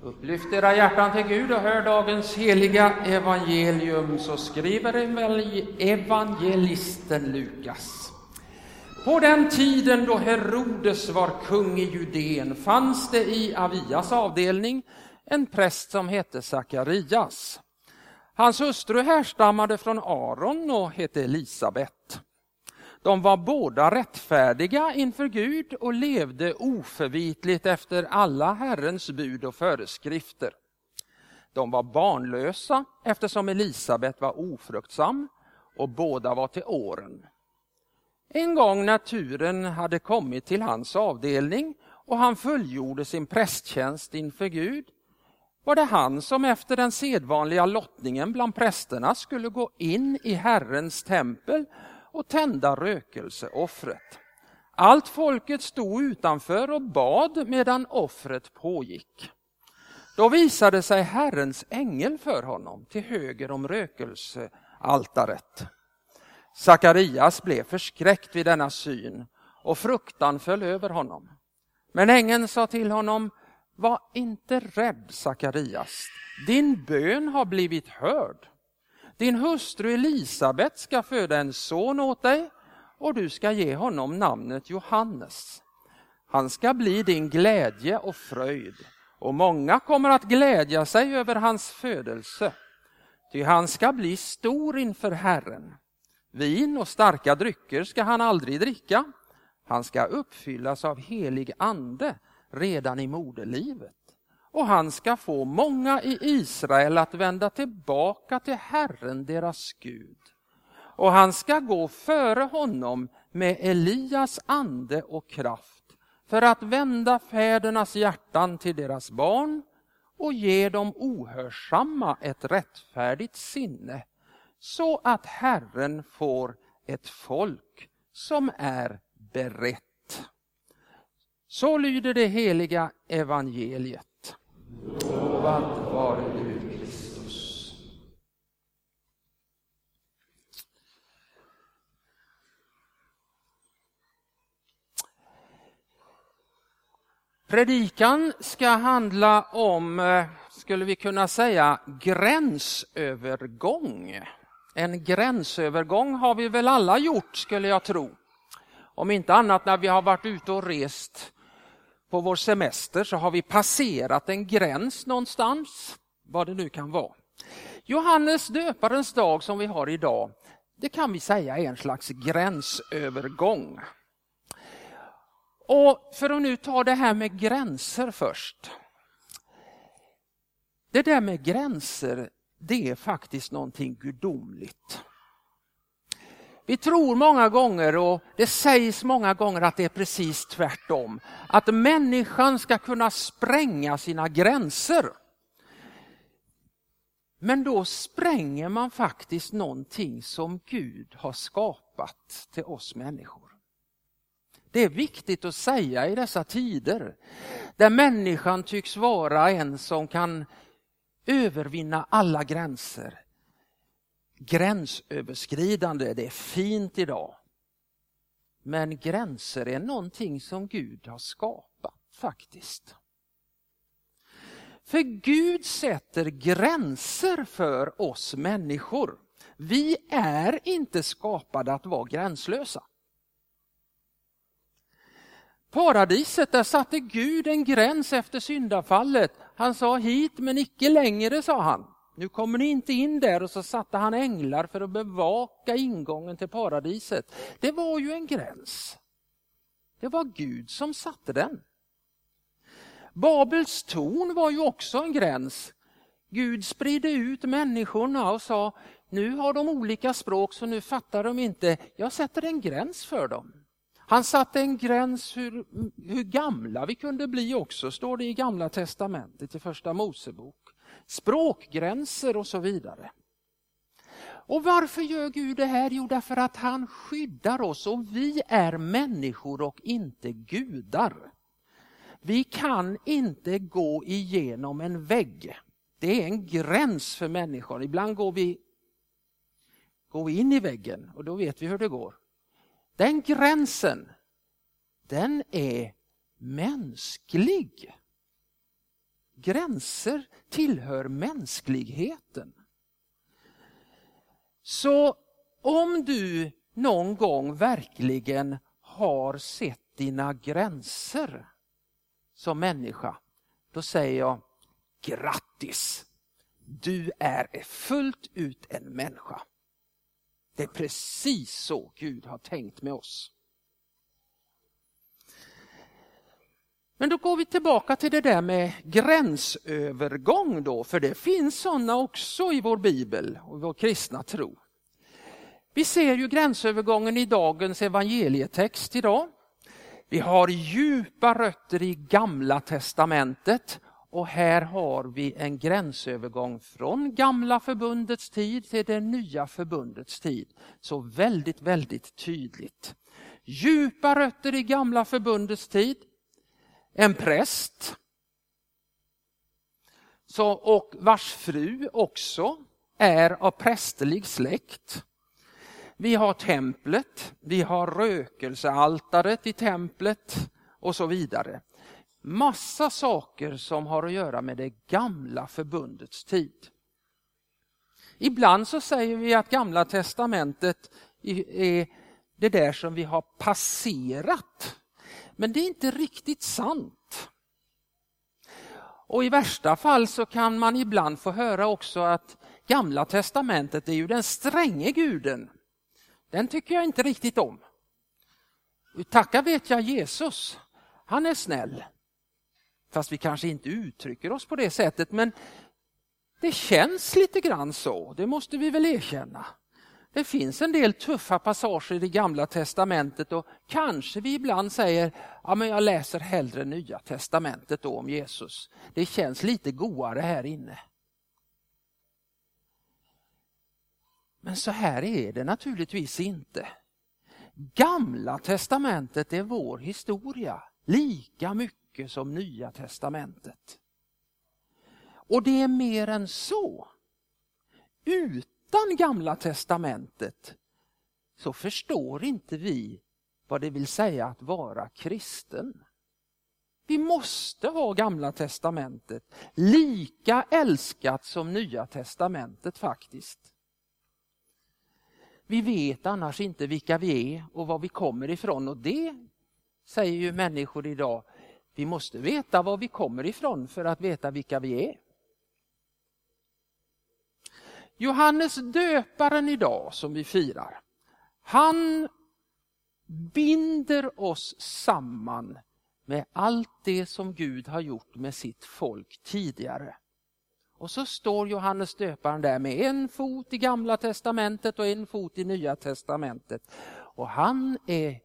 Upplyft era hjärtan till Gud och hör dagens heliga evangelium, så skriver evangelisten Lukas. På den tiden då Herodes var kung i Judeen fanns det i Avias avdelning en präst som hette Sakarias. Hans hustru härstammade från Aron och hette Elisabet. De var båda rättfärdiga inför Gud och levde oförvitligt efter alla Herrens bud och föreskrifter. De var barnlösa eftersom Elisabet var ofruktsam och båda var till åren. En gång när turen hade kommit till hans avdelning och han fullgjorde sin prästtjänst inför Gud, var det han som efter den sedvanliga lottningen bland prästerna skulle gå in i Herrens tempel och tända rökelseoffret. Allt folket stod utanför och bad medan offret pågick. Då visade sig Herrens ängel för honom till höger om rökelsealtaret. Sakarias blev förskräckt vid denna syn och fruktan föll över honom. Men ängeln sa till honom: var inte rädd, Sakarias. Din bön har blivit hörd. Din hustru Elisabet ska föda en son åt dig och du ska ge honom namnet Johannes. Han ska bli din glädje och fröjd och många kommer att glädja sig över hans födelse. Ty han ska bli stor inför Herren. Vin och starka drycker ska han aldrig dricka. Han ska uppfyllas av helig ande redan i moderlivet. Och han ska få många i Israel att vända tillbaka till Herren deras Gud. Och han ska gå före honom med Elias ande och kraft för att vända fädernas hjärtan till deras barn och ge dem ohörsamma ett rättfärdigt sinne, så att Herren får ett folk som är berett. Så lyder det heliga evangeliet. Lovad vare du, Kristus. Predikan ska handla om, skulle vi kunna säga, gränsövergång. En gränsövergång har vi väl alla gjort, skulle jag tro. Om inte annat när vi har varit ute och rest på vår semester så har vi passerat en gräns någonstans, vad det nu kan vara. Johannes döparens dag som vi har idag, det kan vi säga är en slags gränsövergång. Och för att nu ta det här med gränser först. Det där med gränser, det är faktiskt någonting gudomligt. Vi tror många gånger, och det sägs många gånger, att det är precis tvärtom. Att människan ska kunna spränga sina gränser. Men då spränger man faktiskt någonting som Gud har skapat till oss människor. Det är viktigt att säga i dessa tider, där människan tycks vara en som kan övervinna alla gränser. Gränsöverskridande, det är fint idag. Men gränser är någonting som Gud har skapat faktiskt. För Gud sätter gränser för oss människor. Vi är inte skapade att vara gränslösa. Paradiset, där satte Gud en gräns efter syndafallet. Han sa hit men icke längre, sa han. Nu kommer ni inte in där, och så satte han änglar för att bevaka ingången till paradiset. Det var ju en gräns. Det var Gud som satte den. Babels torn var ju också en gräns. Gud spridde ut människorna och sa, nu har de olika språk så nu fattar de inte. Jag sätter en gräns för dem. Han satte en gräns hur gamla vi kunde bli också, står det i Gamla testamentet i Första Mosebok. Språkgränser och så vidare. Och varför gör Gud det här? Jo, därför att han skyddar oss, och vi är människor och inte gudar. Vi kan inte gå igenom en vägg. Det är en gräns för människor. Ibland går vi in i väggen och då vet vi hur det går. Den gränsen, den är mänsklig. gränser tillhör mänskligheten. Så om du någon gång verkligen har sett dina gränser som människa, då säger jag grattis. Du är fullt ut en människa. Det är precis så Gud har tänkt med oss. Men då går vi tillbaka till det där med gränsövergång då, för det finns sådana också i vår bibel och vår kristna tro. Vi ser ju gränsövergången i dagens evangelietext idag. Vi har djupa rötter i Gamla testamentet och här har vi en gränsövergång från Gamla förbundets tid till det nya förbundets tid. Så väldigt, väldigt tydligt. Djupa rötter i Gamla förbundets tid. En präst och vars fru också är av prästerlig släkt. Vi har templet, vi har rökelsealtaret i templet och så vidare. Massa saker som har att göra med det Gamla förbundets tid. Ibland så säger vi att Gamla testamentet är det där som vi har passerat. Men det är inte riktigt sant. Och i värsta fall så kan man ibland få höra också att Gamla testamentet är ju den stränge guden. Den tycker jag inte riktigt om. Tacka vet jag Jesus. Han är snäll. Fast vi kanske inte uttrycker oss på det sättet, men det känns lite grann så. Det måste vi väl erkänna. Det finns en del tuffa passager i det Gamla testamentet och kanske vi ibland säger ja, men jag läser hellre Nya testamentet då om Jesus. Det känns lite godare här inne. Men så här är det naturligtvis inte. Gamla testamentet är vår historia lika mycket som Nya testamentet. Och det är mer än så. Utan Gamla testamentet så förstår inte vi vad det vill säga att vara kristen. Vi måste ha Gamla testamentet lika älskat som Nya testamentet faktiskt. Vi vet annars inte vilka vi är och var vi kommer ifrån, och det säger ju människor idag. Vi måste veta var vi kommer ifrån för att veta vilka vi är. Johannes döparen idag som vi firar, han binder oss samman med allt det som Gud har gjort med sitt folk tidigare. Och så står Johannes döparen där med en fot i Gamla testamentet och en fot i Nya testamentet. Och han är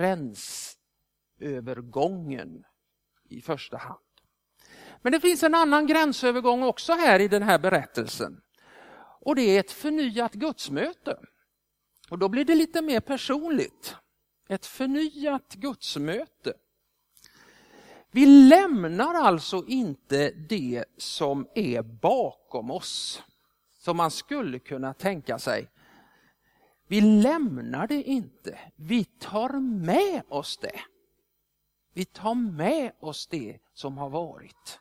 gränsövergången i första hand. Men det finns en annan gränsövergång också här i den här berättelsen. Och det är ett förnyat gudsmöte. Och då blir det lite mer personligt. Ett förnyat gudsmöte. Vi lämnar alltså inte det som är bakom oss, som man skulle kunna tänka sig. Vi lämnar det inte. Vi tar med oss det. Vi tar med oss det som har varit.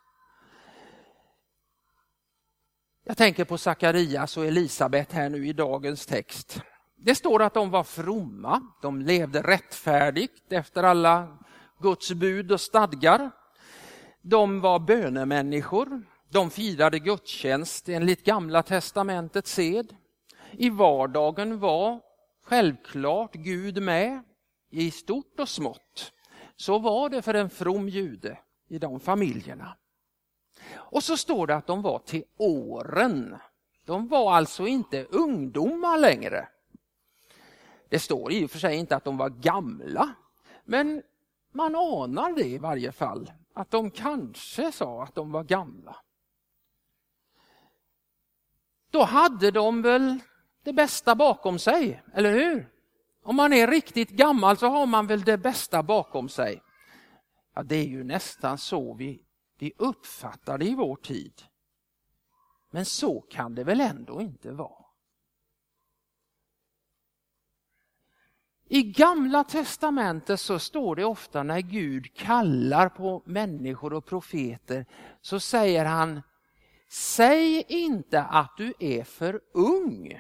Jag tänker på Sakarias och Elisabet här nu i dagens text. Det står att de var fromma, de levde rättfärdigt efter alla Guds bud och stadgar. De var bönemänniskor, de firade gudstjänst enligt Gamla testamentets sed. I vardagen var självklart Gud med i stort och smått. Så var det för en from jude i de familjerna. Och så står det att de var till åren. De var alltså inte ungdomar längre. Det står i och för sig inte att de var gamla. Men man anar det i varje fall. Att de kanske sa att de var gamla. Då hade de väl det bästa bakom sig, eller hur? Om man är riktigt gammal så har man väl det bästa bakom sig. Ja, det är ju nästan så vi uppfattar det i vår tid. Men så kan det väl ändå inte vara. I Gamla testamentet så står det ofta när Gud kallar på människor och profeter, så säger han: säg inte att du är för ung.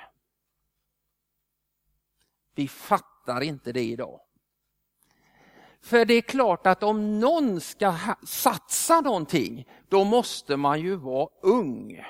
Vi fattar inte det idag. För det är klart att om någon ska satsa någonting, då måste man ju vara ung.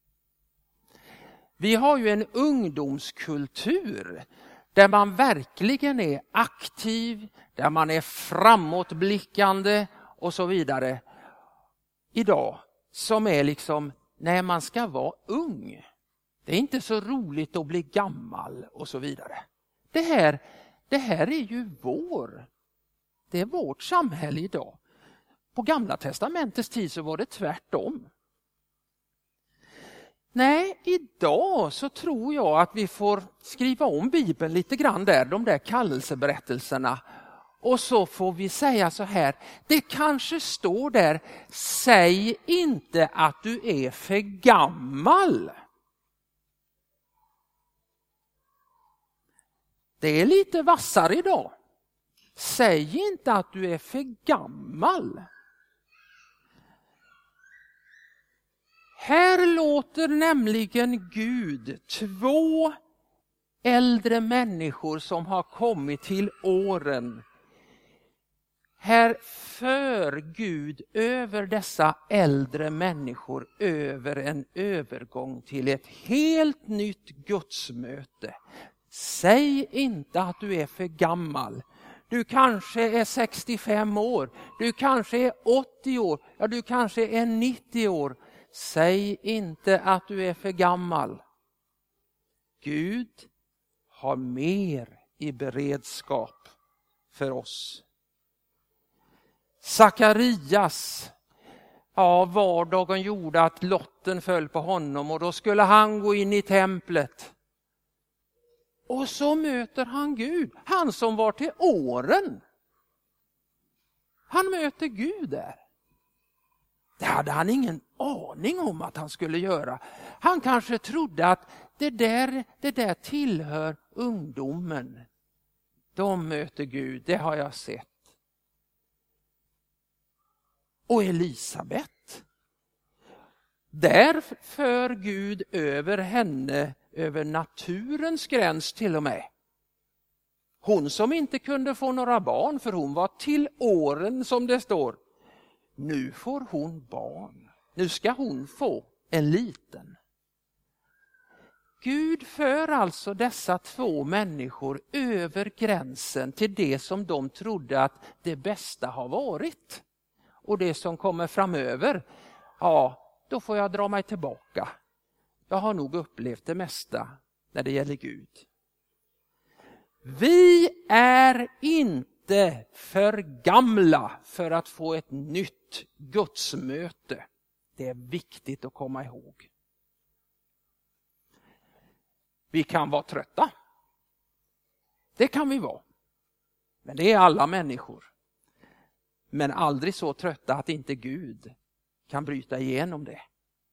Vi har ju en ungdomskultur där man verkligen är aktiv, där man är framåtblickande och så vidare. Idag som är liksom, när man ska vara ung. Det är inte så roligt att bli gammal och så vidare. Det här är ju det är vårt samhälle idag. På Gamla testamentets tid så var det tvärtom. Nej, idag så tror jag att vi får skriva om Bibeln lite grann där, de där kallelseberättelserna. Och så får vi säga så här, det kanske står där: säg inte att du är för gammal. Det är lite vassare idag. Säg inte att du är för gammal. Här låter nämligen Gud två äldre människor som har kommit till åren. Här för Gud över dessa äldre människor över en övergång till ett helt nytt gudsmöte. Säg inte att du är för gammal. Du kanske är 65 år, du kanske är 80 år, ja du kanske är 90 år. Säg inte att du är för gammal. Gud har mer i beredskap för oss. Sakarias, vardagen gjorde att lotten föll på honom och då skulle han gå in i templet. Och så möter han Gud, han som var till åren. Han möter Gud där. Det hade han ingen aning om att han skulle göra. Han kanske trodde att det där tillhör ungdomen. De möter Gud, det har jag sett. Och Elisabet, där för Gud över henne, över naturens gräns till och med. Hon som inte kunde få några barn för hon var till åren som det står. Nu får hon barn. Nu ska hon få en liten. Gud för alltså dessa två människor över gränsen till det som de trodde att det bästa har varit. Och det som kommer framöver, då får jag dra mig tillbaka. Jag har nog upplevt det mesta när det gäller Gud. Vi är inte för gamla för att få ett nytt gudsmöte. Det är viktigt att komma ihåg. Vi kan vara trötta. Det kan vi vara. Men det är alla människor. Men aldrig så trötta att inte Gud kan bryta igenom det.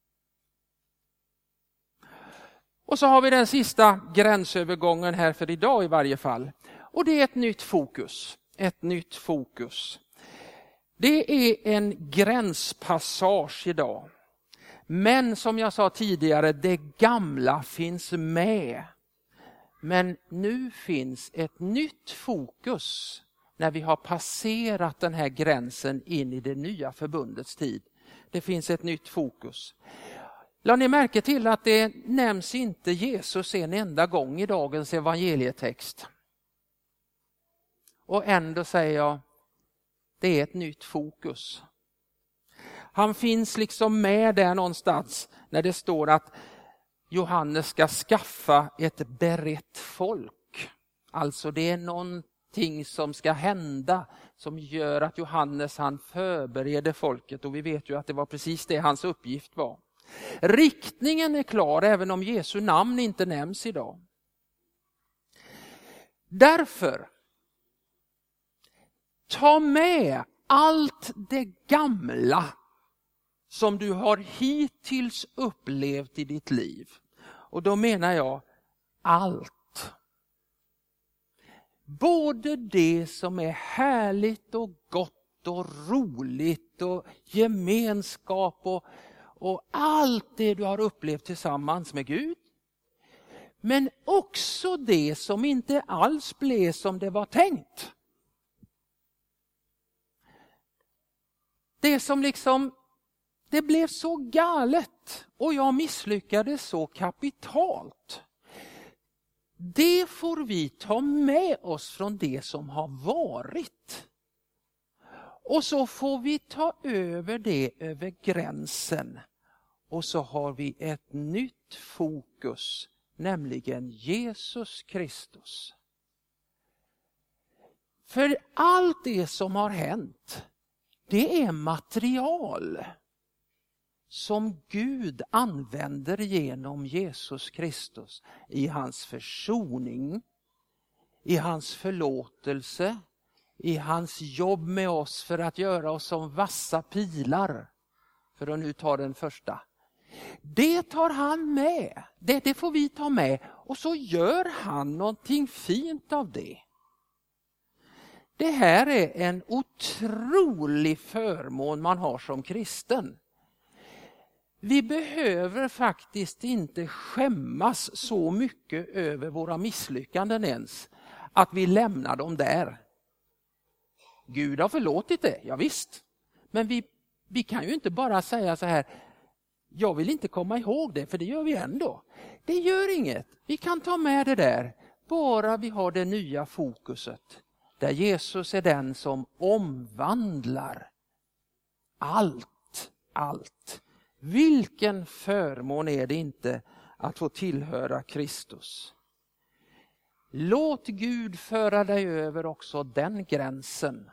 Och så har vi den sista gränsövergången här för idag i varje fall. Och det är ett nytt fokus. Ett nytt fokus. Det är en gränspassage idag. Men som jag sa tidigare, det gamla finns med. Men nu finns ett nytt fokus när vi har passerat den här gränsen in i det nya förbundets tid. Det finns ett nytt fokus. Lade ni märke till att det nämns inte Jesus en enda gång i dagens evangelietext? Och ändå säger jag, det är ett nytt fokus. Han finns liksom med där någonstans när det står att Johannes ska skaffa ett berett folk. Alltså det är någonting som ska hända som gör att Johannes han förbereder folket. Och vi vet ju att det var precis det hans uppgift var. Riktningen är klar även om Jesu namn inte nämns idag. Därför, ta med allt det gamla som du har hittills upplevt i ditt liv. Och då menar jag allt. både det som är härligt och gott och roligt och gemenskap och allt det du har upplevt tillsammans med Gud. Men också det som inte alls blev som det var tänkt. Det som liksom, det blev så galet och jag misslyckades så kapitalt. Det får vi ta med oss från det som har varit. Och så får vi ta över det över gränsen. Och så har vi ett nytt fokus, nämligen Jesus Kristus. För allt det som har hänt, det är material som Gud använder genom Jesus Kristus i hans försoning, i hans förlåtelse, i hans jobb med oss för att göra oss som vassa pilar. För att nu ta den första. Det tar han med. Det får vi ta med. Och så gör han någonting fint av det. Det här är en otrolig förmån man har som kristen. Vi behöver faktiskt inte skämmas så mycket över våra misslyckanden ens. Att vi lämnar dem där. Gud har förlåtit det, ja visst. Men vi kan ju inte bara säga så här, jag vill inte komma ihåg det, för det gör vi ändå. Det gör inget, vi kan ta med det där, bara vi har det nya fokuset. Där Jesus är den som omvandlar allt. Vilken förmån är det inte att få tillhöra Kristus. Låt Gud föra dig över också den gränsen.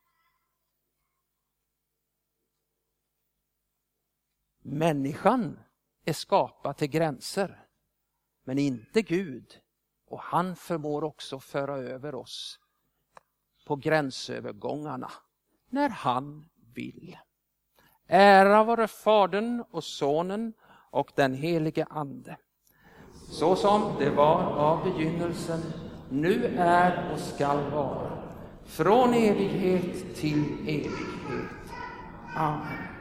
Människan är skapad till gränser, men inte Gud. Och han förmår också föra över oss på gränsövergångarna när han vill. Ära vare Fadern och Sonen och den helige Ande. Så som det var av begynnelsen, nu är och skall vara, från evighet till evighet. Amen.